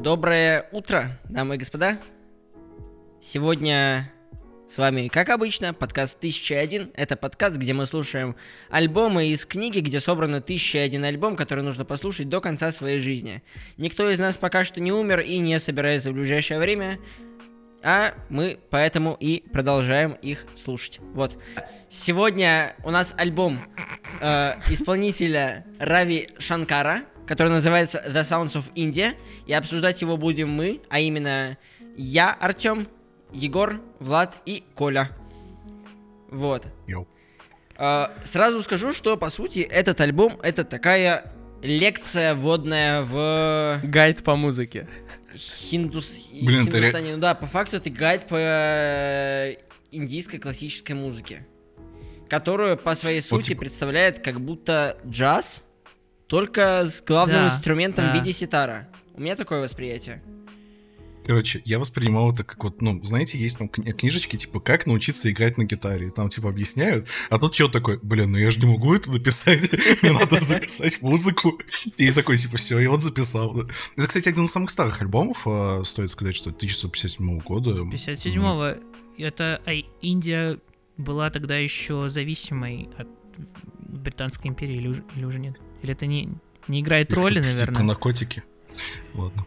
Доброе утро, дамы и господа. Сегодня с вами, как обычно, подкаст 1001. Это подкаст, где мы слушаем альбомы из книги, где собрано 1001 альбом, который нужно послушать до конца своей жизни. Никто из нас пока что не умер и не собирается в ближайшее время, а мы поэтому и продолжаем их слушать. Вот. Сегодня у нас альбом исполнителя Рави Шанкара, который называется The Sounds of India, и обсуждать его будем мы, а именно я, Артем, Егор, Влад и Коля. Вот. Сразу скажу, что по сути этот альбом — это такая лекция вводная в... Гайд по музыке. Хиндустане. Ну да, по факту это гайд по индийской классической музыке, которую по своей сути представляет как будто джаз, только с главным инструментом в виде ситара. У меня такое восприятие. Короче, я воспринимал это как вот, знаете, есть там книжечки, типа, как научиться играть на гитаре. Там, типа, объясняют, а тут чел такой, я же не могу это написать, мне надо записать музыку. И такой, типа, все, и он записал. Это, кстати, один из самых старых альбомов, стоит сказать, что 1957 года. 57-го, это Индия была тогда еще зависимой от Британской империи, или уже нет? Или это не играет роли, наверное? Про наркотики. Ладно.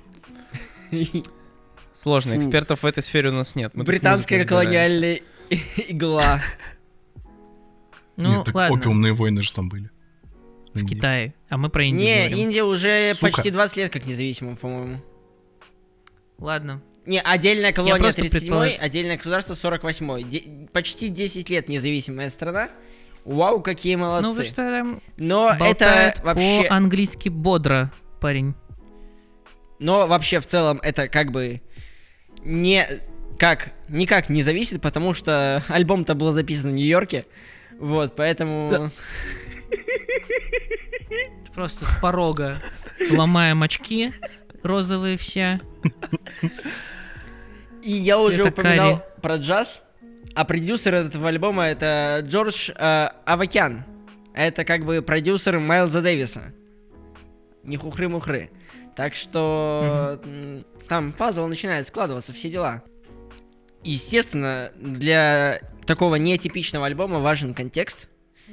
Сложно, экспертов в этой сфере у нас нет. Британская колониальная игла. Нет, так ладно. опиумные войны же там были. В Китае. А мы про Индию Не, говорим. Индия уже почти 20 лет как независима, по-моему. Ладно. Не, отдельная колония просто 37-й, отдельное государство 48-й. Почти 10 лет независимая страна. Вау, какие молодцы. Ну вы что там Но это вообще... по-английски бодро, парень. Но вообще в целом это как бы никак не зависит, потому что альбом-то был записан в Нью-Йорке. Вот, поэтому... Просто с порога ломаем очки розовые все. И я уже упоминал карри. про джаз, а продюсер этого альбома — это Джордж Авакян. Это как бы продюсер Майлза Дэвиса. Не хухры-мухры. Так что там пазл начинает складываться, все дела. Естественно, для такого нетипичного альбома важен контекст.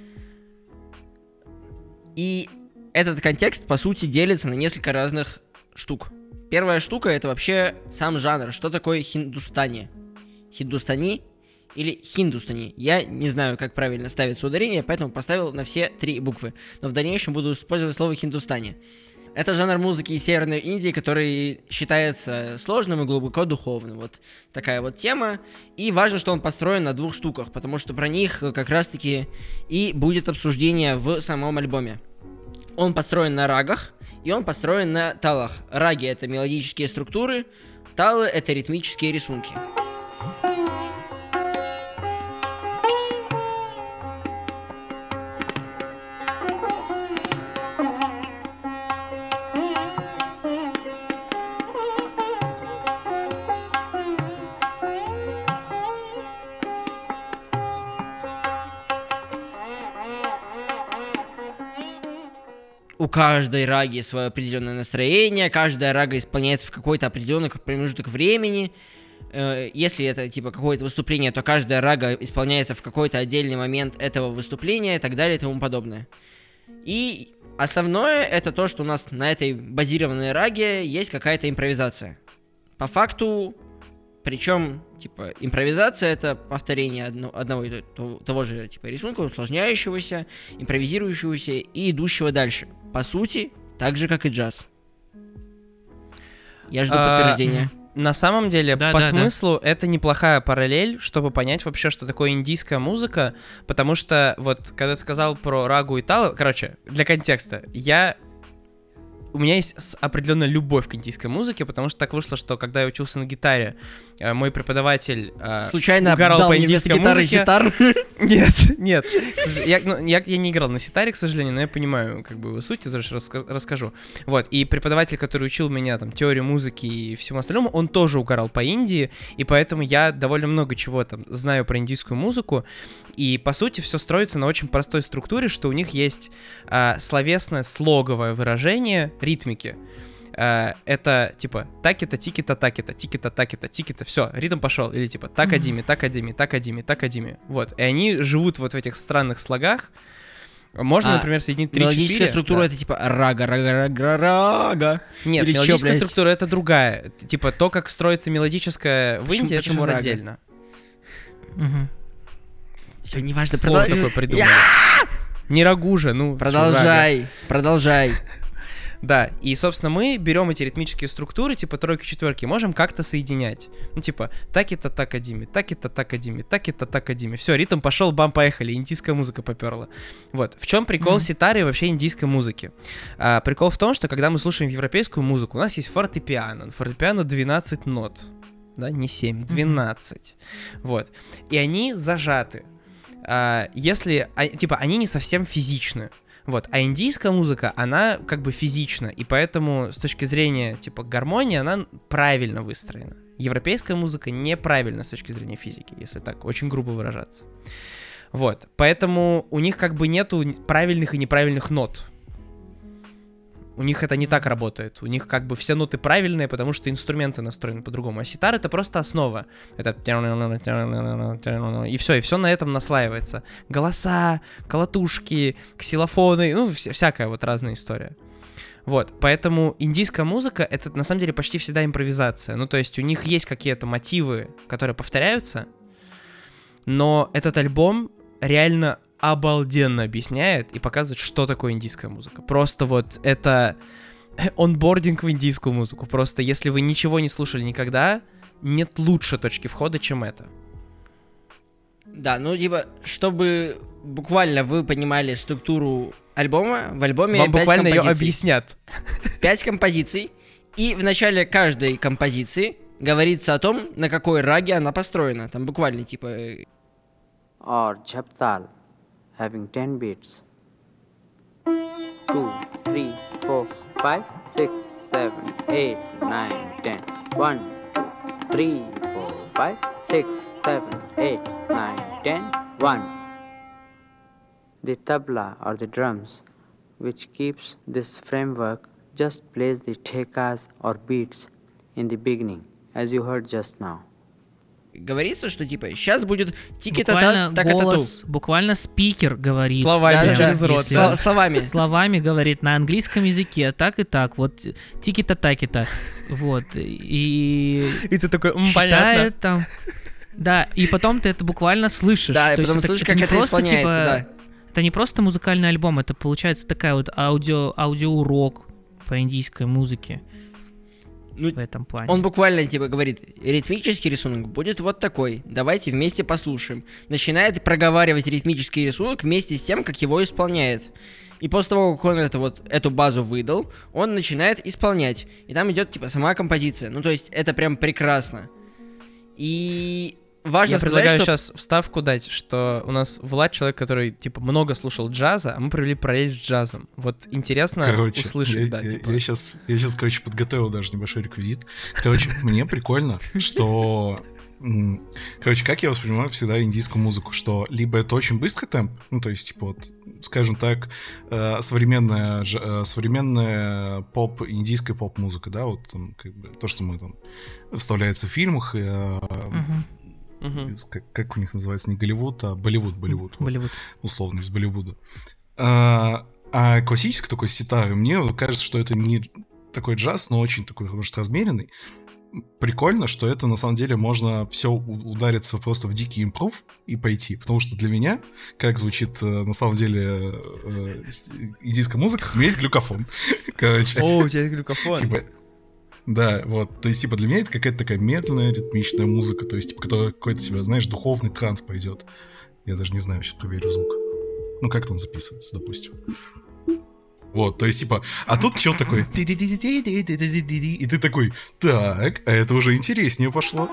И этот контекст, по сути, делится на несколько разных штук. Первая штука — это вообще сам жанр. Что такое хиндустани? Хиндустани или хиндустани? Я не знаю, как правильно ставится ударение, поэтому поставил на все 3 буквы. Но в дальнейшем буду использовать слово хиндустани. Это жанр музыки из Северной Индии, который считается сложным и глубоко духовным. Вот такая вот тема. И важно, что он построен на 2 штуках, потому что про них как раз-таки и будет обсуждение в самом альбоме. Он построен на рагах, и он построен на талах. Раги — это мелодические структуры, талы — это ритмические рисунки. У каждой раги свое определенное настроение, каждая рага исполняется в какой-то определенный промежуток времени. Если это типа какое-то выступление, то каждая рага исполняется в какой-то отдельный момент этого выступления и так далее и тому подобное. И основное — это то, что у нас на этой базированной раге есть какая-то импровизация. По факту, причем, типа, импровизация — это повторение одного и того же типа рисунка, усложняющегося, импровизирующегося и идущего дальше. По сути, так же, как и джаз. Я жду подтверждения. На самом деле, по смыслу, это неплохая параллель, чтобы понять вообще, что такое индийская музыка, потому что, вот, когда ты сказал про рагу и талы, короче, для контекста, у меня есть определенная любовь к индийской музыке, потому что так вышло, что когда я учился на гитаре, мой преподаватель случайно угорал по индийской музыке. Ситар? Нет. Я не играл на ситаре, к сожалению, но я понимаю как бы его суть, я тоже расскажу. Вот, и преподаватель, который учил меня там теории музыки и всему остальному, он тоже угорал по Индии, и поэтому я довольно много чего там знаю про индийскую музыку, и по сути все строится на очень простой структуре, что у них есть словесное слоговое выражение ритмики. это типа такита, тикита, такита, тикита, такита, тикита, все, ритм пошел. Или типа такадими, такадими, такадими, такадими. Вот. И они живут вот в этих странных слогах. Можно, например, соединить 3-4. Мелодическая структура это типа рага. Нет, или мелодическая структура это другая. Типа то, как строится мелодическая в Индии, это уже отдельно. Все, неважно. Слово такое придумали. Не рагу же, ну. Продолжай. Да, и, собственно, мы берем эти ритмические структуры, типа тройки, четверки, можем как-то соединять. Ну, типа, так-и-то, так-адими, так-и-то, так-адими, так-и-то, так-адими. Все, ритм пошел, бам, поехали, индийская музыка поперла. Вот. В чем прикол ситары и вообще индийской музыки? Прикол в том, что когда мы слушаем европейскую музыку, у нас есть фортепиано. На фортепиано 12 нот. Да, не 7, 12. Вот. И они зажаты. Если, типа, они не совсем физичны. Вот, а индийская музыка, она как бы физична, и поэтому с точки зрения, типа, гармонии, она правильно выстроена. Европейская музыка неправильна с точки зрения физики, если так очень грубо выражаться. Вот, поэтому у них как бы нету правильных и неправильных нот. У них это не так работает. У них как бы все ноты правильные, потому что инструменты настроены по-другому. А ситар — это просто основа. Это и все на этом наслаивается. Голоса, колотушки, ксилофоны, ну, всякая вот разная история. Вот, поэтому индийская музыка — это на самом деле почти всегда импровизация. Ну, то есть у них есть какие-то мотивы, которые повторяются, но этот альбом реально обалденно объясняет и показывает, что такое индийская музыка. Просто вот это онбординг в индийскую музыку. Просто если вы ничего не слушали никогда, нет лучше точки входа, чем это. Да, ну типа, чтобы буквально вы понимали структуру альбома, в альбоме вам 5 буквально композиций. ее объяснят. 5 композиций, и в начале каждой композиции говорится о том, на какой раге она построена. Там буквально типа... Or jhaptal, having 10 beats. 2, 3, 4, 5, 6, 7, 8, 9, 10. 1, 2, 3, 4, 5, 6, 7, 8, 9, 10. 1. The tabla or the drums, which keeps this framework, just plays the thekas or beats in the beginning, as you heard just now. Говорится, что типа сейчас будет тики-та-та, так-та-ту. Буквально спикер говорит. Словами через рот. Словами говорит на английском языке, так и так, вот тики-та-таки-та. Вот. И ты такой, понятно. Там. Да, и потом ты это буквально слышишь. Да, и потом потом слышишь, как это исполняется, да. Это не просто музыкальный альбом, это получается такая вот аудиоурок по индийской музыке. Ну, в этом плане. Он буквально типа говорит, ритмический рисунок будет вот такой, давайте вместе послушаем. Начинает проговаривать ритмический рисунок вместе с тем, как его исполняет. И после того, как он эту базу выдал, он начинает исполнять. И там идет типа сама композиция. Ну то есть это прям прекрасно. И важно сказать, предлагаю сейчас вставку дать, что у нас Влад человек, который типа много слушал джаза, а мы провели параллель с джазом. Вот интересно услышать, я сейчас, короче, подготовил даже небольшой реквизит. Короче, мне прикольно, что... Короче, как я воспринимаю всегда индийскую музыку, что либо это очень быстрый темп, ну, то есть, типа, вот, скажем так, современная индийская поп-музыка, да, вот, там, как бы, то, что мы там вставляется в фильмах, как у них называется, не Голливуд, а Болливуд. Болливуд. Условно, из Болливуда. А классический такой ситар, мне кажется, что это не такой джаз, но очень такой, может, размеренный. Прикольно, что это на самом деле можно все удариться просто в дикий импров и пойти, потому что для меня, как звучит на самом деле индийская музыка, у меня есть глюкофон. Короче. О, у тебя есть глюкофон. Типа, да, вот, то есть, типа, для меня это какая-то такая медленная, ритмичная музыка, то есть, типа, которая какой-то, тебя, знаешь, духовный транс пойдет. Я даже не знаю, сейчас проверю звук. Ну, как-то он записывается, допустим. Вот, то есть, типа, а тут чел такой, и ты такой, так, а это уже интереснее пошло.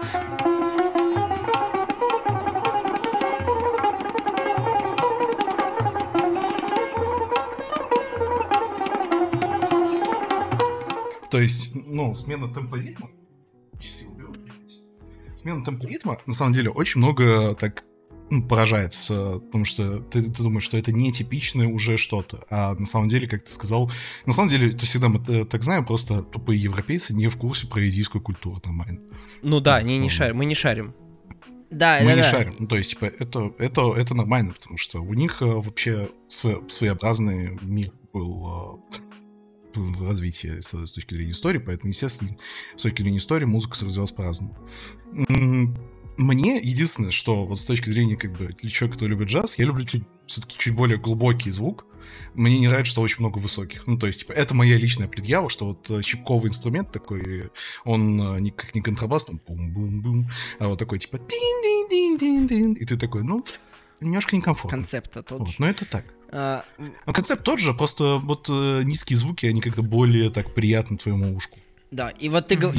То есть, ну, смена темпа ритма. Сейчас я уберу. Смена темпа ритма, на самом деле, очень много так поражает, потому что ты думаешь, что это не типичное уже что-то, а на самом деле, как ты сказал, на самом деле, это всегда мы так знаем, просто тупые европейцы не в курсе про индийскую культуру нормально. Ну да, мы не шарим. Да, мы не шарим. Ну, то есть, типа, это нормально, потому что у них вообще своеобразный мир был в развитии с точки зрения истории, поэтому, естественно, с точки зрения истории музыка развивалась по-разному. Мне единственное, что вот с точки зрения как бы для человека, кто любит джаз, я люблю все-таки чуть более глубокий звук. Мне не нравится, что очень много высоких. Ну, то есть, типа, это моя личная предъява, что вот щипковый инструмент такой, он не как не контрабас, там бум-бум-бум, а вот такой, типа, дин-дин-дин-дин-дин. И ты такой, ну, немножко некомфортно. Концепт тот вот, же. но это так. Но концепт тот же, просто вот низкие звуки, они как-то более так приятны твоему ушку. Да, и вот ты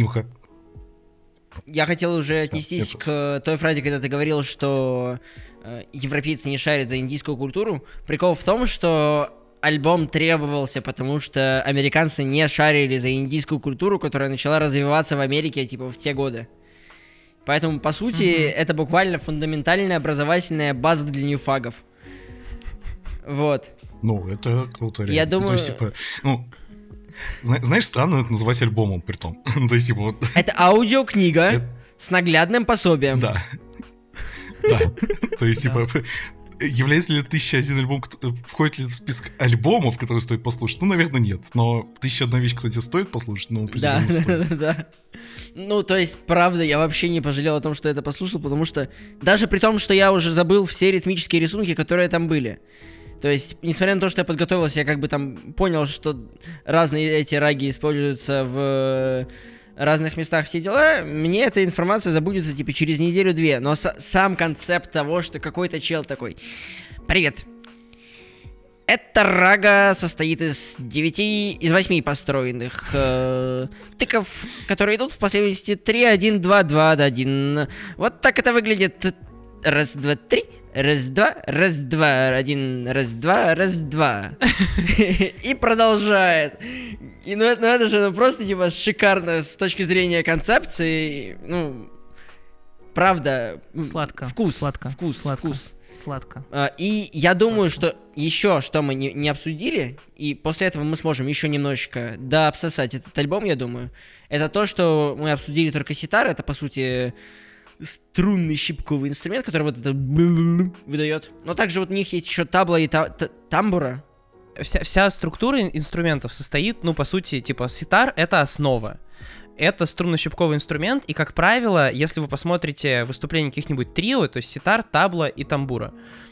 Я хотел уже отнестись к той фразе, когда ты говорил, что европейцы не шарят за индийскую культуру. Прикол в том, что альбом требовался, потому что американцы не шарили за индийскую культуру, которая начала развиваться в Америке, типа, в те годы. Поэтому, по сути, это буквально фундаментальная образовательная база для ньюфагов. Вот. Ну, это круто, реально. Я думаю... То есть, типа, ну... Знаешь, странно это называть альбомом, притом. То есть, типа, вот... Это аудиокнига с наглядным пособием. Да. Да. То есть, типа, является ли 1001 альбом, входит ли в список альбомов, которые стоит послушать? Ну, наверное, нет. Но 1001 вещь, кстати, стоит послушать, но определенно не стоит. Да. Ну, то есть, правда, я вообще не пожалел о том, что это послушал, потому что даже при том, что я уже забыл все ритмические рисунки, которые там были. То есть, несмотря на то, что я подготовился, я как бы там понял, что разные эти раги используются в разных местах, все дела, мне эта информация забудется, типа, через неделю-две. Но сам концепт того, что какой-то чел такой: «Привет, эта рага состоит из 8 построенных тыков, которые идут в последовательности 3, 1, 2, 2, 1. Вот так это выглядит. Раз, два, три. Раз, два, один, раз, два. И продолжает. И ну это же просто типа шикарно с точки зрения концепции. Ну, правда. Сладко. Вкус. Сладко. И я думаю, что еще что мы не обсудили, и после этого мы сможем еще немножечко дообсосать этот альбом, я думаю. Это то, что мы обсудили только ситар. Это, по сути, струнный щипковый инструмент, который вот это выдает. Но также вот у них есть еще табла и тамбура. Вся структура инструментов состоит, ну, по сути, типа, ситар — это основа. Это струнно-щипковый инструмент, и, как правило, если вы посмотрите выступления каких-нибудь трио, то есть ситар, табла и тамбура.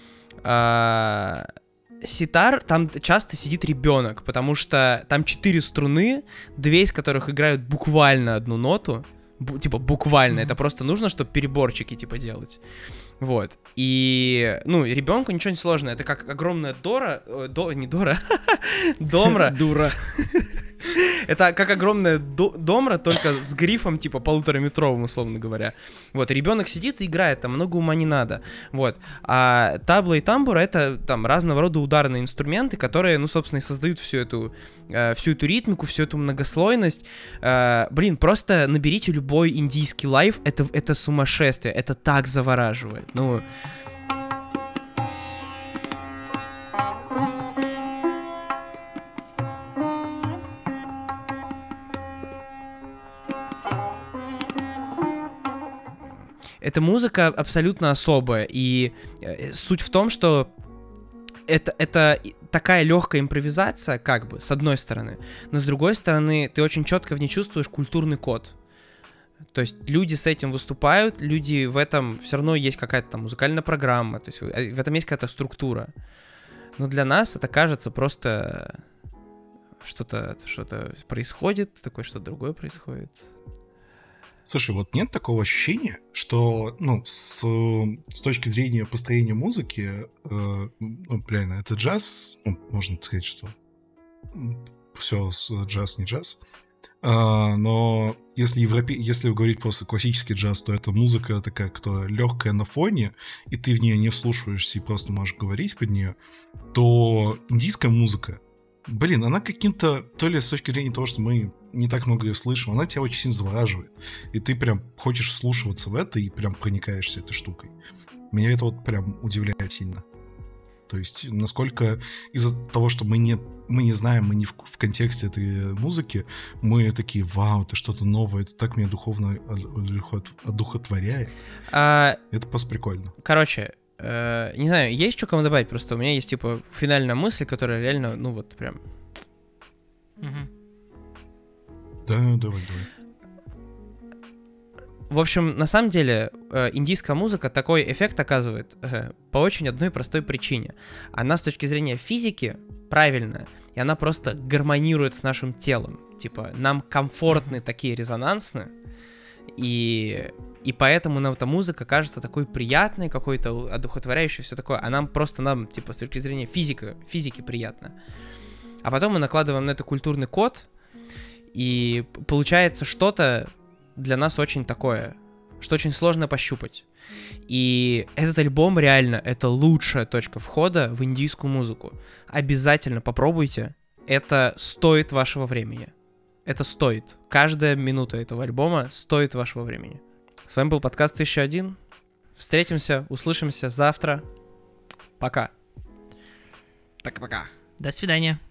Ситар, там часто сидит ребенок, потому что там 4 струны, 2 из которых играют буквально одну ноту. Типа, буквально. Это просто нужно, чтобы переборчики, типа, делать. Вот. И, ну, ребенку ничего не сложно. Это как огромная домра. Дура. Это как огромная домра, только с грифом, типа, 1,5-метровым, условно говоря. Вот, ребенок сидит и играет, там много ума не надо. Вот. А табла и тамбура — это там разного рода ударные инструменты, которые, ну, собственно, и создают всю эту ритмику, всю эту многослойность. Блин, просто наберите любой индийский лайв, это сумасшествие, это так завораживает. Ну... Эта музыка абсолютно особая, и суть в том, что это такая легкая импровизация, как бы, с одной стороны, но с другой стороны, ты очень четко в ней чувствуешь культурный код. То есть люди с этим выступают, люди в этом все равно есть какая-то там музыкальная программа, то есть в этом есть какая-то структура. Но для нас это кажется просто что-то происходит, такое что-то другое происходит. Слушай, вот нет такого ощущения, что, ну, с точки зрения построения музыки, ну, реально, это джаз, ну, можно сказать, что все джаз не джаз, но если говорить просто классический джаз, то это музыка такая, которая легкая на фоне, и ты в нее не вслушиваешься и просто можешь говорить под нее, то индийская музыка, блин, она каким-то, то ли с точки зрения того, что мы не так много ее слышим, она тебя очень сильно завораживает. И ты прям хочешь вслушиваться в это и прям проникаешься этой штукой. Меня это вот прям удивляет сильно. То есть, насколько из-за того, что мы не знаем, мы не в контексте этой музыки, мы такие, вау, это что-то новое, это так меня духовно одухотворяет. Это просто прикольно. Короче, не знаю, есть что кому добавить? Просто у меня есть, типа, финальная мысль, которая реально, ну вот прям... Да, давай. В общем, на самом деле, индийская музыка такой эффект оказывает по очень одной простой причине. Она с точки зрения физики правильная, и она просто гармонирует с нашим телом. Типа, нам комфортны такие резонансные, и поэтому нам эта музыка кажется такой приятной, какой-то одухотворяющей, все такое. А нам, типа, с точки зрения физики приятно. А потом мы накладываем на это культурный код, и получается что-то для нас очень такое, что очень сложно пощупать. И этот альбом реально, это лучшая точка входа в индийскую музыку. Обязательно попробуйте. Это стоит вашего времени. Это стоит. Каждая минута этого альбома стоит вашего времени. С вами был подкаст 1001. Встретимся, услышимся завтра. Пока. Пока-пока. До свидания.